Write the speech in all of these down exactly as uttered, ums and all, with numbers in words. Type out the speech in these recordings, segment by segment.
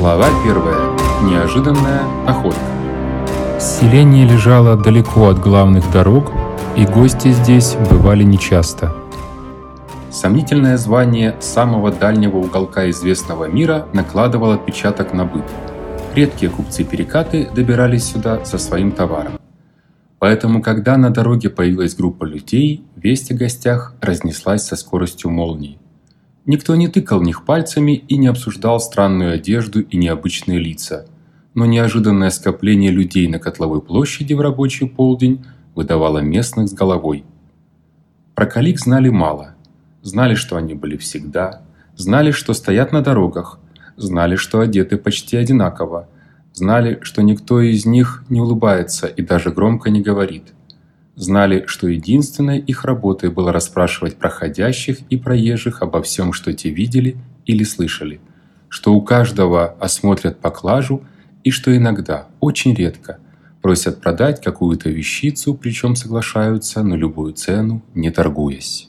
Глава первая. Неожиданная находка. Селение лежало далеко от главных дорог, и гости здесь бывали нечасто. Сомнительное звание самого дальнего уголка известного мира накладывало отпечаток на быт. Редкие купцы-перекаты добирались сюда со своим товаром. Поэтому, когда на дороге появилась группа людей, весть о гостях разнеслась со скоростью молнии. Никто не тыкал в них пальцами и не обсуждал странную одежду и необычные лица. Но неожиданное скопление людей на Котловой площади в рабочий полдень выдавало местных с головой. Про калик знали мало. Знали, что они были всегда. Знали, что стоят на дорогах. Знали, что одеты почти одинаково. Знали, что никто из них не улыбается и даже громко не говорит. Знали, что единственной их работой было расспрашивать проходящих и проезжих обо всем, что те видели или слышали, что у каждого осмотрят поклажу и что иногда, очень редко, просят продать какую-то вещицу, причем соглашаются на любую цену, не торгуясь.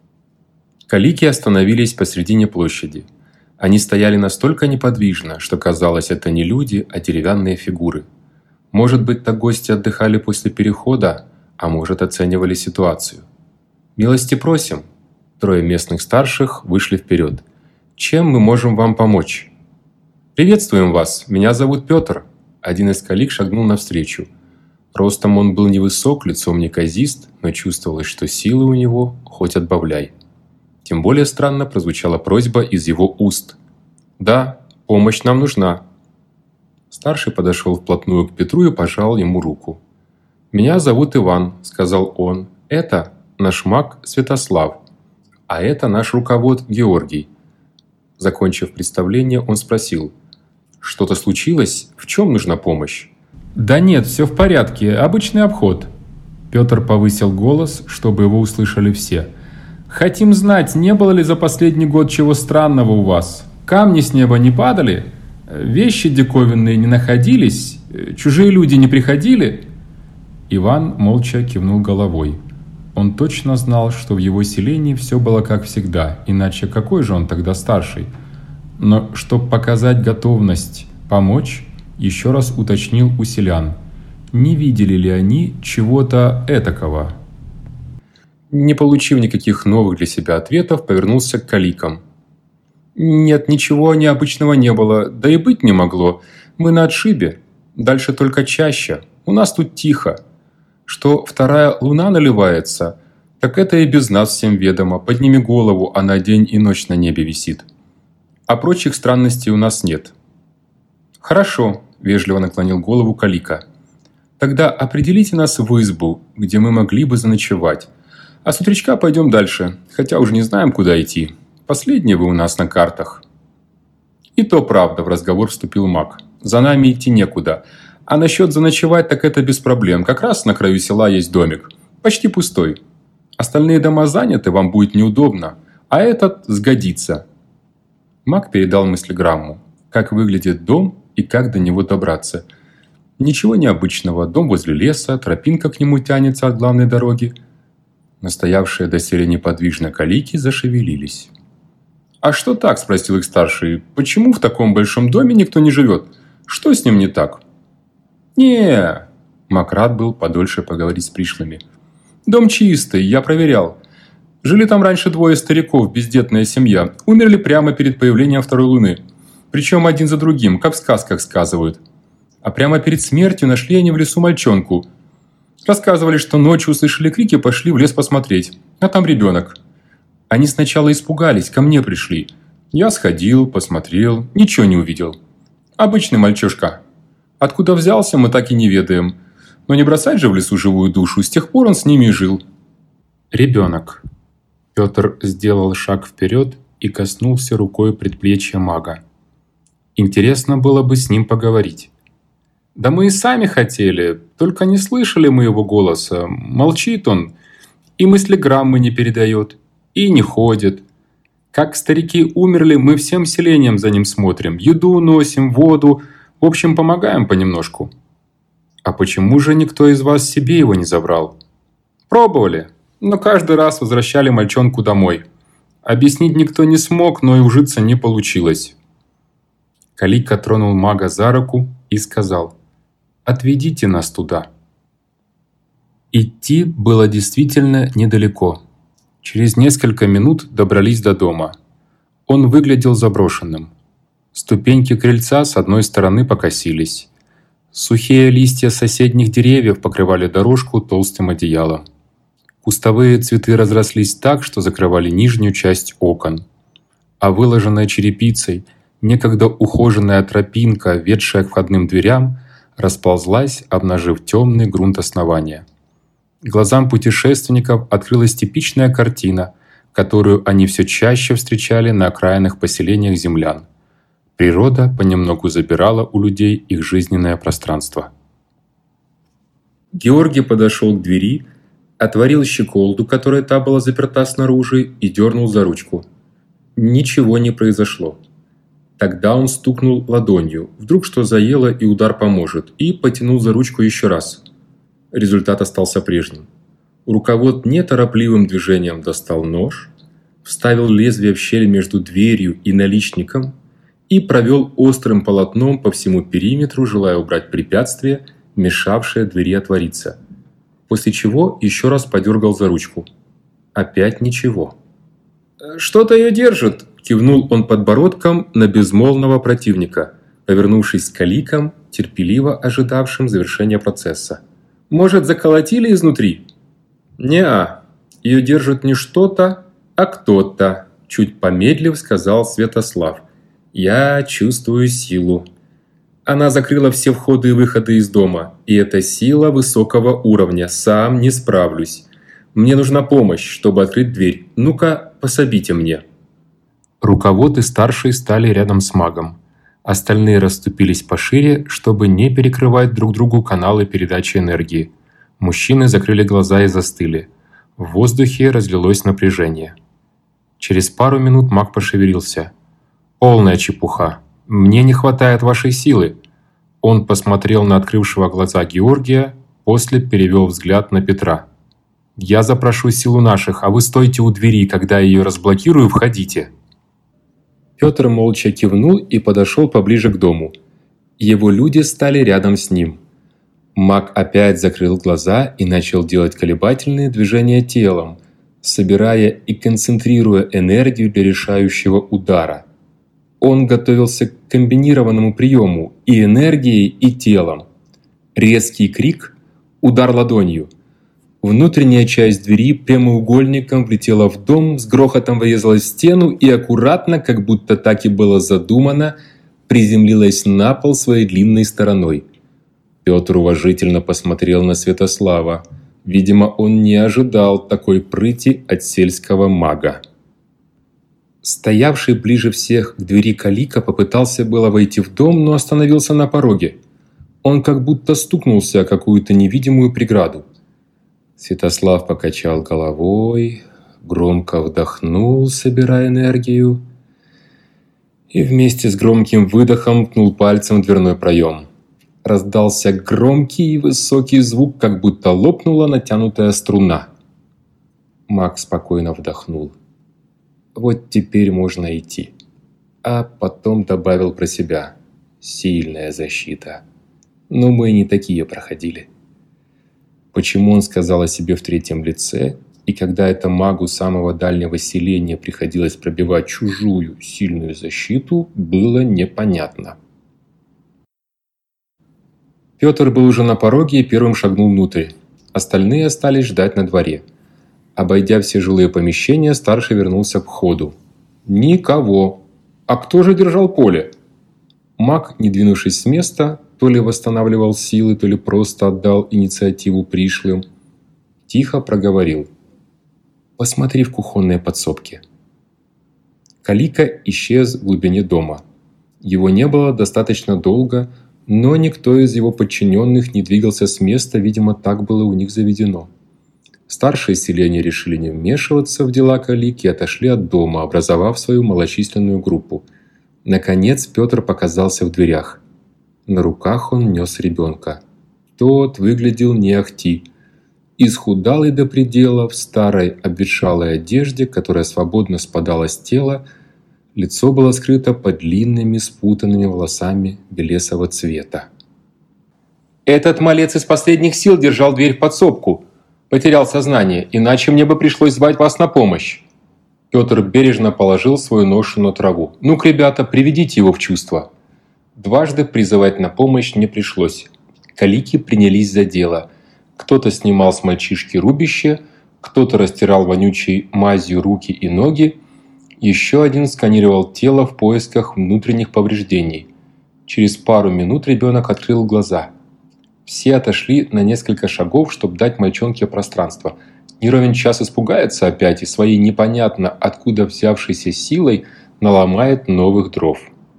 Калики остановились посредине площади. Они стояли настолько неподвижно, что казалось, это не люди, а деревянные фигуры. Может быть, так гости отдыхали после перехода, а может, оценивали ситуацию. «Милости просим!» Трое местных старших вышли вперед. «Чем мы можем вам помочь?» «Приветствуем вас! Меня зовут Петр!» Один из калик шагнул навстречу. Ростом он был невысок, лицом неказист, но чувствовалось, что силы у него хоть отбавляй. Тем более странно прозвучала просьба из его уст. «Да, помощь нам нужна!» Старший подошел вплотную к Петру и пожал ему руку. «Меня зовут Иван», — сказал он. «Это наш маг Святослав, а это наш руковод Георгий». Закончив представление, он спросил: «Что-то случилось? В чем нужна помощь?» «Да нет, все в порядке, обычный обход». Петр повысил голос, чтобы его услышали все. «Хотим знать, не было ли за последний год чего странного у вас? Камни с неба не падали? Вещи диковинные не находились? Чужие люди не приходили?» Иван молча кивнул головой. Он точно знал, что в его селении все было как всегда, иначе какой же он тогда старший? Но чтобы показать готовность помочь, еще раз уточнил у селян, не видели ли они чего-то этакого. Не получив никаких новых для себя ответов, повернулся к каликам. «Нет, ничего необычного не было, да и быть не могло. Мы на отшибе, дальше только чаще, у нас тут тихо. Что вторая луна наливается, так это и без нас всем ведомо. Подними голову, она день и ночь на небе висит. А прочих странностей у нас нет». «Хорошо», – вежливо наклонил голову калика. «Тогда определите нас в избу, где мы могли бы заночевать. А с утречка пойдем дальше, хотя уже не знаем, куда идти. Последние вы у нас на картах». «И то правда», – в разговор вступил маг. «За нами идти некуда. А насчет заночевать, так это без проблем. Как раз на краю села есть домик. Почти пустой. Остальные дома заняты, вам будет неудобно. А этот сгодится». Маг передал мыслеграмму. Как выглядит дом и как до него добраться. Ничего необычного. Дом возле леса, тропинка к нему тянется от главной дороги. Настоявшие доселе неподвижно калики зашевелились. «А что так?» – спросил их старший. «Почему в таком большом доме никто не живет? Что с ним не так?» «Не-е-е!» Мак рад был подольше поговорить с пришлыми. «Дом чистый, я проверял. Жили там раньше двое стариков, бездетная семья. Умерли прямо перед появлением второй луны. Причем один за другим, как в сказках сказывают. А прямо перед смертью нашли они в лесу мальчонку. Рассказывали, что ночью услышали крики, пошли в лес посмотреть. А там ребенок. Они сначала испугались, ко мне пришли. Я сходил, посмотрел, ничего не увидел. Обычный мальчишка. Откуда взялся, мы так и не ведаем. Но не бросать же в лесу живую душу, с тех пор он с ними и жил». «Ребенок». Петр сделал шаг вперед и коснулся рукой предплечья мага. «Интересно было бы с ним поговорить». «Да мы и сами хотели, только не слышали мы его голоса. Молчит он, и мыслеграммы не передает, и не ходит. Как старики умерли, мы всем селением за ним смотрим, еду носим, воду, в общем, помогаем понемножку». «А почему же никто из вас себе его не забрал?» «Пробовали, но каждый раз возвращали мальчонку домой. Объяснить никто не смог, но и ужиться не получилось». Калика тронул мага за руку и сказал: «Отведите нас туда». Идти было действительно недалеко. Через несколько минут добрались до дома. Он выглядел заброшенным. Ступеньки крыльца с одной стороны покосились. Сухие листья соседних деревьев покрывали дорожку толстым одеялом. Кустовые цветы разрослись так, что закрывали нижнюю часть окон. А выложенная черепицей, некогда ухоженная тропинка, ведшая к входным дверям, расползлась, обнажив темный грунт основания. Глазам путешественников открылась типичная картина, которую они все чаще встречали на окраинных поселениях землян. Природа понемногу забирала у людей их жизненное пространство. Георгий подошел к двери, отворил щеколду, которая та была заперта снаружи, и дернул за ручку. Ничего не произошло. Тогда он стукнул ладонью, вдруг что заело и удар поможет, и потянул за ручку еще раз. Результат остался прежним. Руковод неторопливым движением достал нож, вставил лезвие в щель между дверью и наличником и провел острым полотном по всему периметру, желая убрать препятствие, мешавшее двери отвориться. После чего еще раз подергал за ручку. Опять ничего. «Что-то ее держит!» – кивнул он подбородком на безмолвного противника, повернувшись к каликам, терпеливо ожидавшим завершения процесса. «Может, заколотили изнутри?» «Не-а, ее держит не что-то, а кто-то», – чуть помедлив сказал Святослав. «Я чувствую силу. Она закрыла все входы и выходы из дома, и это сила высокого уровня, сам не справлюсь. Мне нужна помощь, чтобы открыть дверь. Ну-ка, пособите мне». Руковод и старший стали рядом с магом. Остальные расступились пошире, чтобы не перекрывать друг другу каналы передачи энергии. Мужчины закрыли глаза и застыли. В воздухе разлилось напряжение. Через пару минут маг пошевелился. «Полная чепуха. Мне не хватает вашей силы». Он посмотрел на открывшего глаза Георгия, после перевел взгляд на Петра. «Я запрошу силу наших, а вы стойте у двери, когда я ее разблокирую, входите». Петр молча кивнул и подошел поближе к дому. Его люди стали рядом с ним. Маг опять закрыл глаза и начал делать колебательные движения телом, собирая и концентрируя энергию для решающего удара. Он готовился к комбинированному приему и энергией, и телом. Резкий крик, удар ладонью. Внутренняя часть двери прямоугольником влетела в дом, с грохотом врезалась в стену и аккуратно, как будто так и было задумано, приземлилась на пол своей длинной стороной. Петр уважительно посмотрел на Святослава. Видимо, он не ожидал такой прыти от сельского мага. Стоявший ближе всех к двери Калика попытался было войти в дом, но остановился на пороге. Он как будто стукнулся о какую-то невидимую преграду. Святослав покачал головой, громко вдохнул, собирая энергию, и вместе с громким выдохом ткнул пальцем в дверной проем. Раздался громкий и высокий звук, как будто лопнула натянутая струна. Маг спокойно вдохнул. Вот теперь можно идти. А потом добавил про себя. Сильная защита. Но мы не такие проходили. Почему он сказал о себе в третьем лице, и когда это магу самого дальнего селения приходилось пробивать чужую сильную защиту, было непонятно. Петр был уже на пороге и первым шагнул внутрь. Остальные остались ждать на дворе. Обойдя все жилые помещения, старший вернулся к входу. Никого. А кто же держал поле? Маг, не двинувшись с места, то ли восстанавливал силы, то ли просто отдал инициативу пришлым, тихо проговорил. «Посмотри в кухонные подсобки». Калика исчез в глубине дома. Его не было достаточно долго, но никто из его подчиненных не двигался с места, видимо, так было у них заведено. Старшие селяне решили не вмешиваться в дела Калики и отошли от дома, образовав свою малочисленную группу. Наконец Петр показался в дверях. На руках он нес ребенка. Тот выглядел не ахти. Исхудалый до предела, в старой обветшалой одежде, которая свободно спадала с тела, Лицо было скрыто под длинными спутанными волосами белесого цвета. «Этот малец из последних сил держал дверь в подсобку. Потерял сознание, иначе мне бы пришлось звать вас на помощь». Петр бережно положил свою ношу на траву. «Ну-ка, ребята, приведите его в чувство». Дважды призывать на помощь не пришлось. Калики принялись за дело. Кто-то снимал с мальчишки рубище, кто-то растирал вонючей мазью руки и ноги, еще один сканировал тело в поисках внутренних повреждений. Через пару минут ребенок открыл глаза. Все отошли на несколько шагов, чтобы дать мальчонке пространство. Не ровен час испугается опять и своей непонятно откуда взявшейся силой наломает новых дров.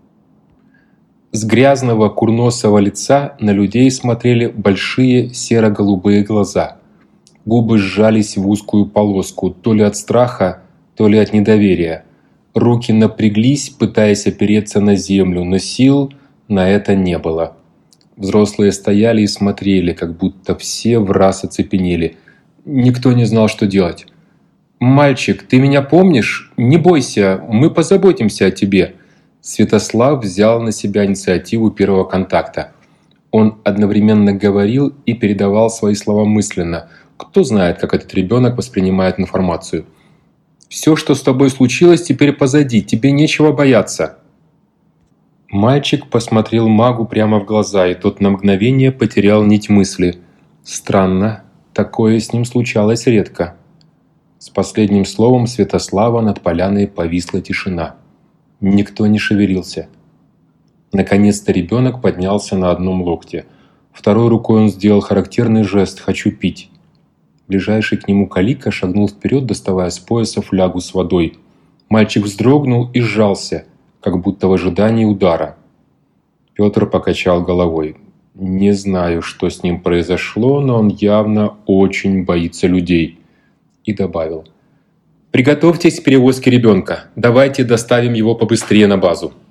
С грязного курносого лица на людей смотрели большие серо-голубые глаза. Губы сжались в узкую полоску, то ли от страха, то ли от недоверия. Руки напряглись, пытаясь опереться на землю, но сил на это не было. Взрослые стояли и смотрели, как будто все враз оцепенели. Никто не знал, что делать. «Мальчик, ты меня помнишь? Не бойся, мы позаботимся о тебе». Святослав взял на себя инициативу первого контакта. Он одновременно говорил и передавал свои слова мысленно. Кто знает, как этот ребенок воспринимает информацию. «Все, что с тобой случилось, теперь позади, тебе нечего бояться». Мальчик посмотрел магу прямо в глаза, и тот на мгновение потерял нить мысли. Странно, такое с ним случалось редко. С последним словом Святослава над поляной повисла тишина. Никто не шевелился. Наконец-то ребенок поднялся на одном локте. Второй рукой он сделал характерный жест «хочу пить». Ближайший к нему калика шагнул вперед, доставая с пояса флягу с водой. Мальчик вздрогнул и сжался, как будто в ожидании удара. Петр покачал головой. Не знаю, что с ним произошло, но он явно очень боится людей. И добавил: «Приготовьтесь к перевозке ребенка. Давайте доставим его побыстрее на базу».